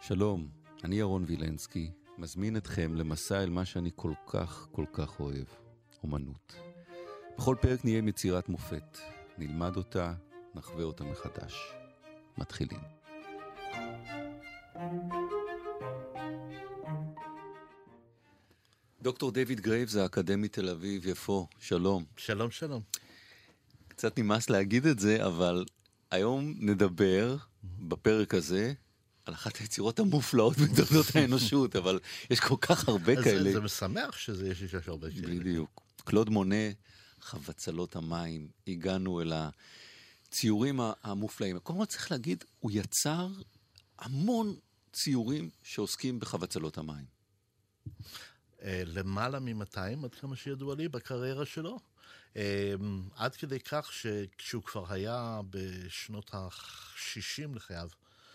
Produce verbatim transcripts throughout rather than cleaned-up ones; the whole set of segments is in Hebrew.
שלום, אני ירון וילנסקי, מזמין אתכם למסע אל מה שאני כל כך כל כך אוהב, אומנות. בכל פרק נהיה עם יצירת מופת, נלמד אותה, נחווה אותה מחדש. מתחילים. דוקטור דיוויד גרייבס, האקדמי תל אביב, יפו, שלום. שלום, שלום. קצת נמאס להגיד את זה, אבל היום נדבר בפרק הזה על אחת היצירות המופלאות בתולדות האנושות, אבל יש כל כך הרבה כאלה. זה משמח שזה יש יש הרבה כאלה. בדיוק. קלוד מונה, חבצלות המים, הגענו אל הציורים המופלאים. כל מה צריך להגיד, הוא יצר המון ציורים שעוסקים בחבצלות המים. למעלה מ-מאתיים, עד כמה שידוע לי, בקריירה שלו. עד כדי כך שכשהוא כבר היה בשנות ה-שישים לחייו,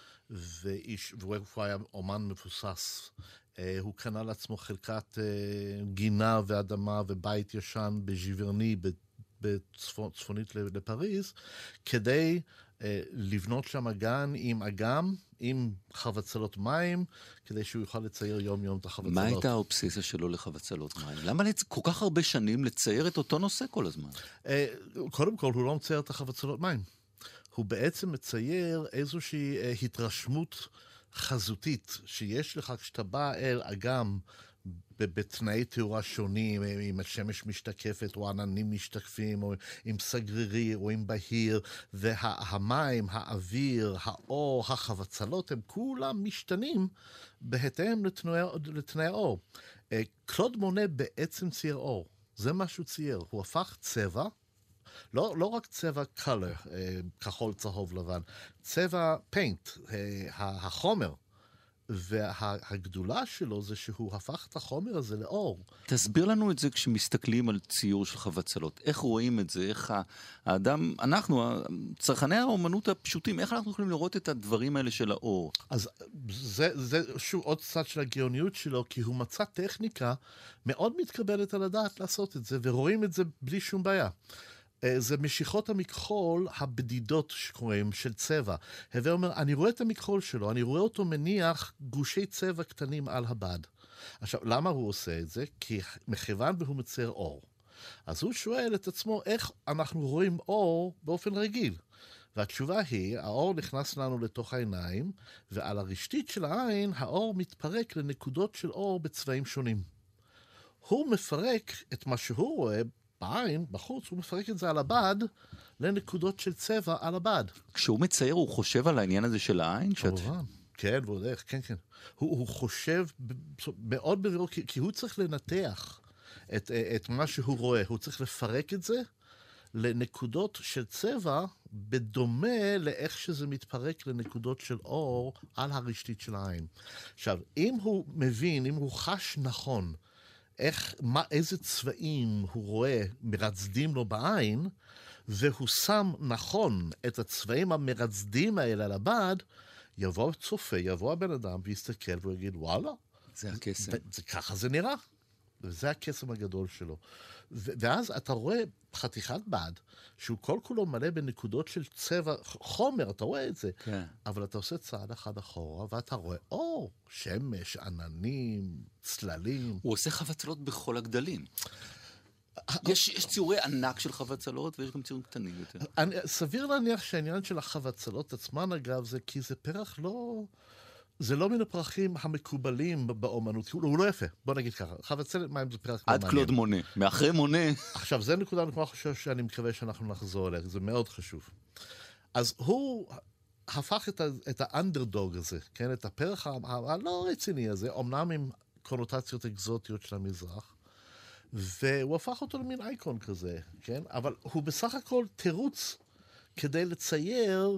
והוא היה אומן מבוסס, הוא קנה לעצמו חלקת גינה ואדמה ובית ישן בז'יברני, בצפונית לפריז, כדי לבנות שם גן עם אגם, עם חבצלות מים, כדי שהוא יוכל לצייר יום יום את החבצלות. מה הייתה האובססיה שלו לחבצלות מים? למה כל כך הרבה שנים לצייר את אותו נושא כל הזמן? קודם כל, הוא לא מצייר את החבצלות מים. הוא בעצם מצייר איזושהי התרשמות חזותית, שיש לך כשאתה בא אל אגם, בתנאי תאורה שונים, אם השמש משתקפת, או עננים משתקפים, או עם סגרירי, או עם בהיר, והמים, האוויר, האור, החבצלות, הם כולם משתנים בהתאם לתנאי, לתנאי האור. קלוד מונה בעצם צייר אור. זה מה שהוא צייר. הוא הפך צבע, לא, לא רק צבע color, כחול, צהוב, לבן, צבע paint, החומר. והגדולה שלו זה שהוא הפך את החומר הזה לאור. תסביר לנו את זה כשמסתכלים על ציור של חבצלות. איך רואים את זה? איך האדם, אנחנו, צרכני האומנות הפשוטים, איך אנחנו יכולים לראות את הדברים האלה של האור? אז זה, זה שוב עוד צד של הגאוניות שלו, כי הוא מצא טכניקה מאוד מתקבלת על הדעת לעשות את זה, ורואים את זה בלי שום בעיה. זה משיכות המכחול הבדידות שקוראים של צבע. הווה אומר, אני רואה את המכחול שלו, אני רואה אותו מניח גושי צבע קטנים על הבד. עכשיו, למה הוא עושה את זה? כי מכיוון והוא מצייר אור. אז הוא שואל את עצמו, איך אנחנו רואים אור באופן רגיל? והתשובה היא, האור נכנס לנו לתוך העיניים, ועל הרשתית של העין, האור מתפרק לנקודות של אור בצבעים שונים. הוא מפרק את מה שהוא רואה, בעין, בחוץ, הוא מפרק את זה על הבד לנקודות של צבע על הבד. כשהוא מצייר, הוא חושב על העניין הזה של העין? כמובן, כן, ועוד איך, כן, כן. הוא, הוא חושב מאוד בבירור, כי, כי הוא צריך לנתח את, את מה שהוא רואה. הוא צריך לפרק את זה לנקודות של צבע, בדומה לאיך שזה מתפרק לנקודות של אור על הרשתית של העין. עכשיו, אם הוא מבין, אם הוא חש נכון, איך, מה, איזה צבעים הוא רואה מרצדים לו בעין, והוא שם נכון את הצבעים המרצדים האלה על הבד, יבוא צופה, יבוא הבן אדם ויסתכל והוא יגיד, וואלה. זה הקסם. זה, ככה זה נראה. וזה הקסם הגדול שלו. ו- ואז אתה רואה חתיכת בד, שהוא כל כולו מלא בנקודות של צבע, חומר, אתה רואה את זה. כן. אבל אתה עושה צעד אחד אחורה, ואתה רואה אור, שמש, עננים, צללים. הוא עושה חבצלות בכל הגדלים. יש, יש ציורי ענק של חבצלות, ויש גם ציורים קטנים יותר. אני, סביר להניח שהעניין של החבצלות עצמן, אגב, זה כי זה פרח לא... זה לא מן הפרחים המקובלים באומנות, הוא לא יפה, בוא נגיד ככה, חבצלת מים זה פרח לא מעניין. עד קלוד מונה, מאחרי מונה. עכשיו, זה נקודה, אני כבר חושב שאני מקווה שאנחנו נחזור אליה, זה מאוד חשוב. אז הוא הפך את, את האנדרדוג הזה, כן, את הפרח הלא רציני הזה, אומנם עם קונוטציות אקזוטיות של המזרח, והוא הפך אותו למין אייקון כזה, כן, אבל הוא בסך הכל תירוץ כדי לצייר,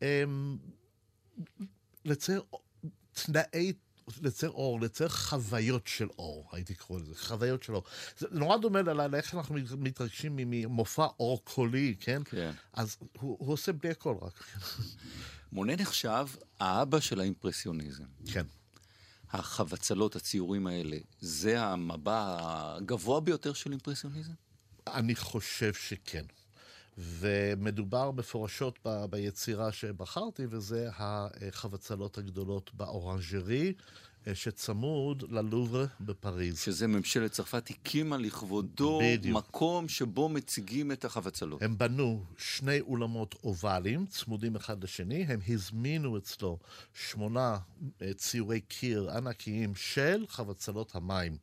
לצייר תנאי, לצייר אור, לצייר חוויות של אור, הייתי קורא לזה, חוויות של אור. זה נורא דומה לאיך אנחנו מתרגשים ממופע אור קולי, כן? כן. אז הוא, הוא עושה בלי הכל רק. מונה נחשב האבא של האימפרסיוניזם. כן. החבצלות, הציורים האלה, זה המבע הגבוה ביותר של אימפרסיוניזם? אני חושב שכן. ומדובר מפורשות ב- ביצירה שבחרתי, וזה החבצלות הגדולות באורנג'רי, שצמוד ללובר בפריז. שזה ממשלת צרפת הקימה לכבודו בדיוק. מקום שבו מציגים את החבצלות. הם בנו שני אולמות אובליים, צמודים אחד לשני, הם הזמינו אצלו שמונה אה, ציורי קיר ענקיים של חבצלות המים.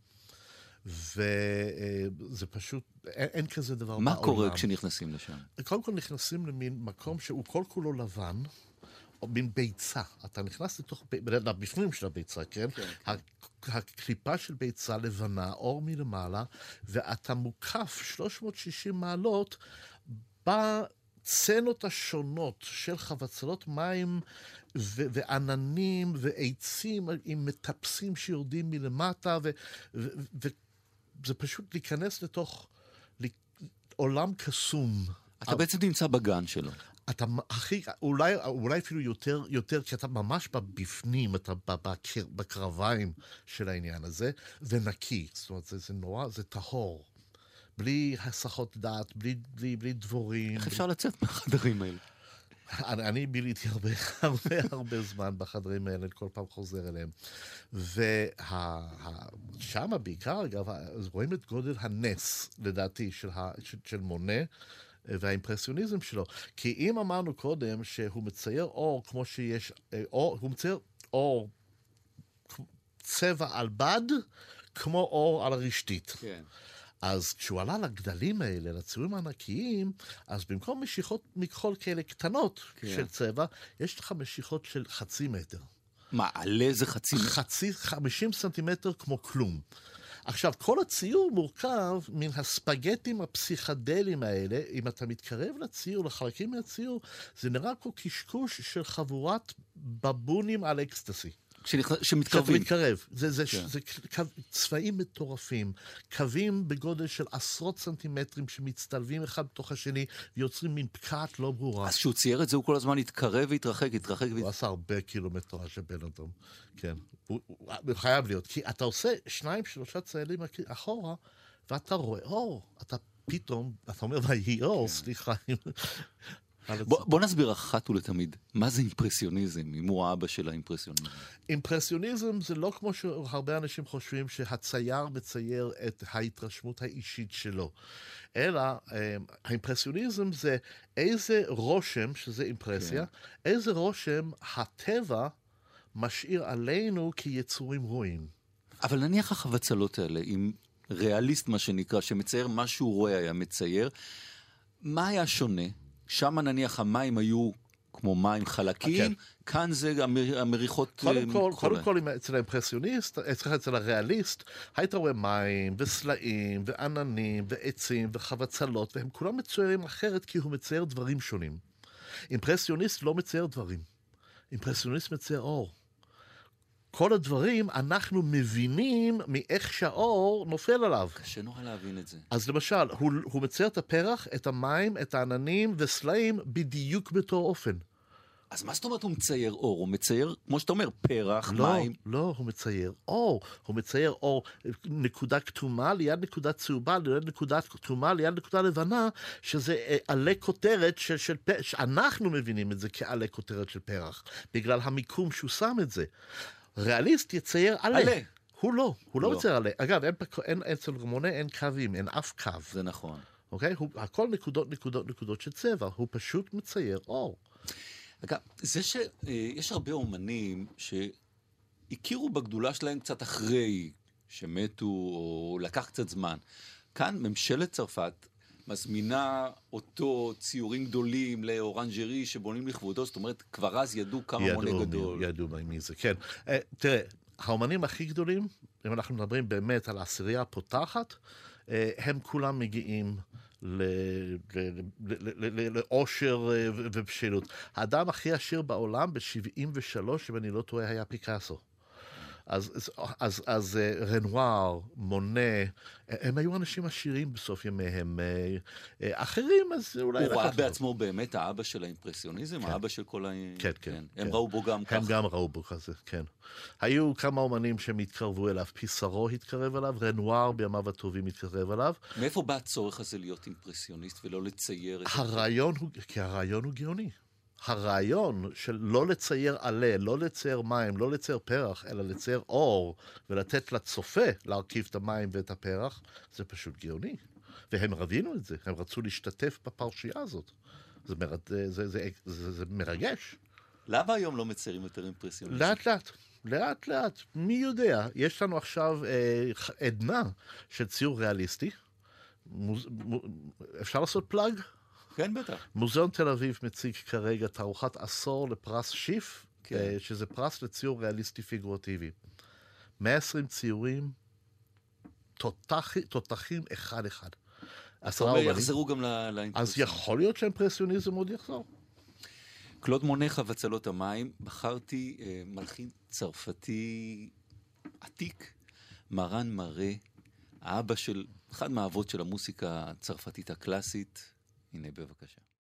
וזה פשוט, אין, אין כזה דבר מה בעולם. קורה כשנכנסים לשם? קודם כל נכנסים למין מקום שהוא כל כולו לבן, או מין ביצה. אתה נכנס לתוך, בפנים של הביצה, כן? כן. הקליפה של ביצה לבנה, אור מלמעלה, ואתה מוקף שלוש מאות ושישים מעלות בצנות השונות של חבצלות מים ו- ועננים ועצים עם מטפסים שיורדים מלמטה, ו- ו- וזה פשוט להיכנס לתוך עולם קסום. אתה בעצם נמצא בגן שלו. אתה הכי, אולי, אולי אפילו יותר, יותר, כי אתה ממש בפנים, אתה בקר, בקרביים של העניין הזה, ונקי. זאת אומרת, זה, זה נורא, זה טהור. בלי הסחות דעת, בלי, בלי, בלי דבורים. איך בלי... אפשר לצאת מהחדרים האלה? אני, אני ביליתי הרבה, הרבה, הרבה זמן בחדרים האלה, כל פעם חוזר אליהם. ושם בעיקר, אגב, רואים את גודל הנס, לדעתי, של, ה, של, של מונה, והאימפרסיוניזם שלו. כי אם אמרנו קודם שהוא מצייר אור כמו שיש, אור, הוא מצייר אור צבע על בד, כמו אור על הרשתית. כן. אז כשהוא עלה לגדלים האלה, לציורים הענקיים, אז במקום משיכות מכחול כאלה קטנות כן. של צבע, יש לך משיכות של חצי מטר. מה, עלה זה חצי מטר? חצי, חמישים סנטימטר כמו כלום. עכשיו, כל הציור מורכב מן הספגטים הפסיכדליים האלה. אם אתה מתקרב לציור, לחלקים מהציור, זה נראה כמו קשקוש של חבורת בבונים על אקסטסי. שמתקרבים. שאתה מתקרב. זה, זה, כן. זה קו, צבעים מטורפים, קווים בגודל של עשרות סנטימטרים שמצטלבים אחד בתוך השני, ויוצרים מין פקעת לא ברורה. אז שהוא צייר את זה, הוא כל הזמן התקרב והתרחק, התרחק הוא עשה הרבה קילומטראז' של בן אדם. כן. הוא, הוא, הוא חייב להיות. כי אתה עושה שניים, שלושה צעדים אחורה, ואתה רואה אור. אתה פתאום, אתה אומר, ויהי אור, סליחה. בוא, בוא נסביר אחת ולתמיד, מה זה אימפרסיוניזם, אם הוא האבא של האימפרסיוניזם? אימפרסיוניזם זה לא כמו שהרבה אנשים חושבים שהצייר מצייר את ההתרשמות האישית שלו, אלא האימפרסיוניזם זה איזה רושם, שזה אימפרסיה, כן. איזה רושם הטבע משאיר עלינו כיצורים רואים. אבל נניח החבצלות האלה, עם ריאליסט מה שנקרא, שמצייר מה שהוא רואה היה מצייר, מה היה שונה? שם נניח המים היו כמו מים חלקים, okay. כאן זה המר... המריחות... קודם כל, קודם כל אצל האימפרסיוניסט, אצל הריאליסט, היית רואה מים וסלעים ועננים ועצים וחבצלות, והם כולם מצוירים אחרת כי הוא מצייר דברים שונים. אימפרסיוניסט לא מצייר דברים. אימפרסיוניסט מצייר אור. כל הדברים אנחנו מבינים מאיך שהאור נופל עליו. קשה נורא להבין את זה. אז למשל, הוא, הוא מצייר את הפרח, את המים, את העננים וסלעים בדיוק בתור אופן. אז מה זאת אומרת הוא מצייר אור? הוא מצייר, כמו שאתה אומר, פרח, לא, מים. לא, הוא מצייר אור. הוא מצייר אור, נקודה כתומה ליד נקודה צהובה, ליד נקודה כתומה ליד נקודה לבנה, שזה עלי כותרת של, של פרח, שאנחנו מבינים את זה כעלי כותרת של פרח, בגלל המיקום שהוא שם את זה. ריאליסט יצייר עלה. עלה. הוא לא, הוא לא, לא מצייר עלה. אגב, אין, אין, אין, אצל מונה אין קווים, אין אף קו. זה נכון. אוקיי? הוא, הכל נקודות, נקודות, נקודות של צבע. הוא פשוט מצייר אור. אגב, זה שיש הרבה אומנים שהכירו בגדולה שלהם קצת אחרי שמתו או לקח קצת זמן. כאן ממשלת צרפת מזמינה אותו ציורים גדולים לאורנג'רי שבונים לכבודו, זאת אומרת, כבר אז ידעו כמה מונה גדול. ידעו מי זה, כן. Uh, תראה, האומנים הכי גדולים, אם אנחנו מדברים באמת על העשירייה הפותחת, uh, הם כולם מגיעים לאושר ובשלות. האדם הכי עשיר בעולם ב-שבעים ושלוש, אם אני לא טועה, היה פיקאסו. אז, אז, אז רנואר, מונה, הם היו אנשים עשירים בסוף ימיהם. אחרים, אז אולי... הוא ראה בעצמו באמת האבא של האימפרסיוניזם, האבא של כל ה... כן, כן. הם ראו בו גם ככה. הם גם ראו בו כזה, כן. היו כמה אומנים שהם התקרבו אליו, פיסארו התקרב אליו, רנואר בימיו הטובים התקרב אליו. מאיפה בא הצורך הזה להיות אימפרסיוניסט ולא לצייר את זה? הרעיון הוא, כי הרעיון הוא גאוני. הרעיון של לא לצייר עלה, לא לצייר מים, לא לצייר פרח, אלא לצייר אור, ולתת לצופה להרכיב את המים ואת הפרח, זה פשוט גאוני. והם רבינו את זה, הם רצו להשתתף בפרשייה הזאת. זה, מר... זה, זה, זה, זה, זה מרגש. למה היום לא מציירים יותר אימפרסיוניסטים? לאט לאט, לאט לאט. מי יודע? יש לנו עכשיו אה, עדנה של ציור ריאליסטי. מוז... אפשר לעשות פלאג? כן, בטח. מוזיאון תל אביב מציג כרגע תערוכת עשור לפרס שיף, כן. שזה פרס לציור ריאליסטי פיגורטיבי. מאה ועשרים ציורים, תותח, תותחים אחד אחד. אתה אומר, יחזרו גם לאימפרסיוניזם. אז יכול להיות שהאימפרסיוניזם עוד יחזור. קלוד מונה, חבצלות המים, בחרתי אה, מלחין צרפתי עתיק, מרן מרה, האבא של, אחד מהאבות של המוסיקה הצרפתית הקלאסית. הנה בבקשה.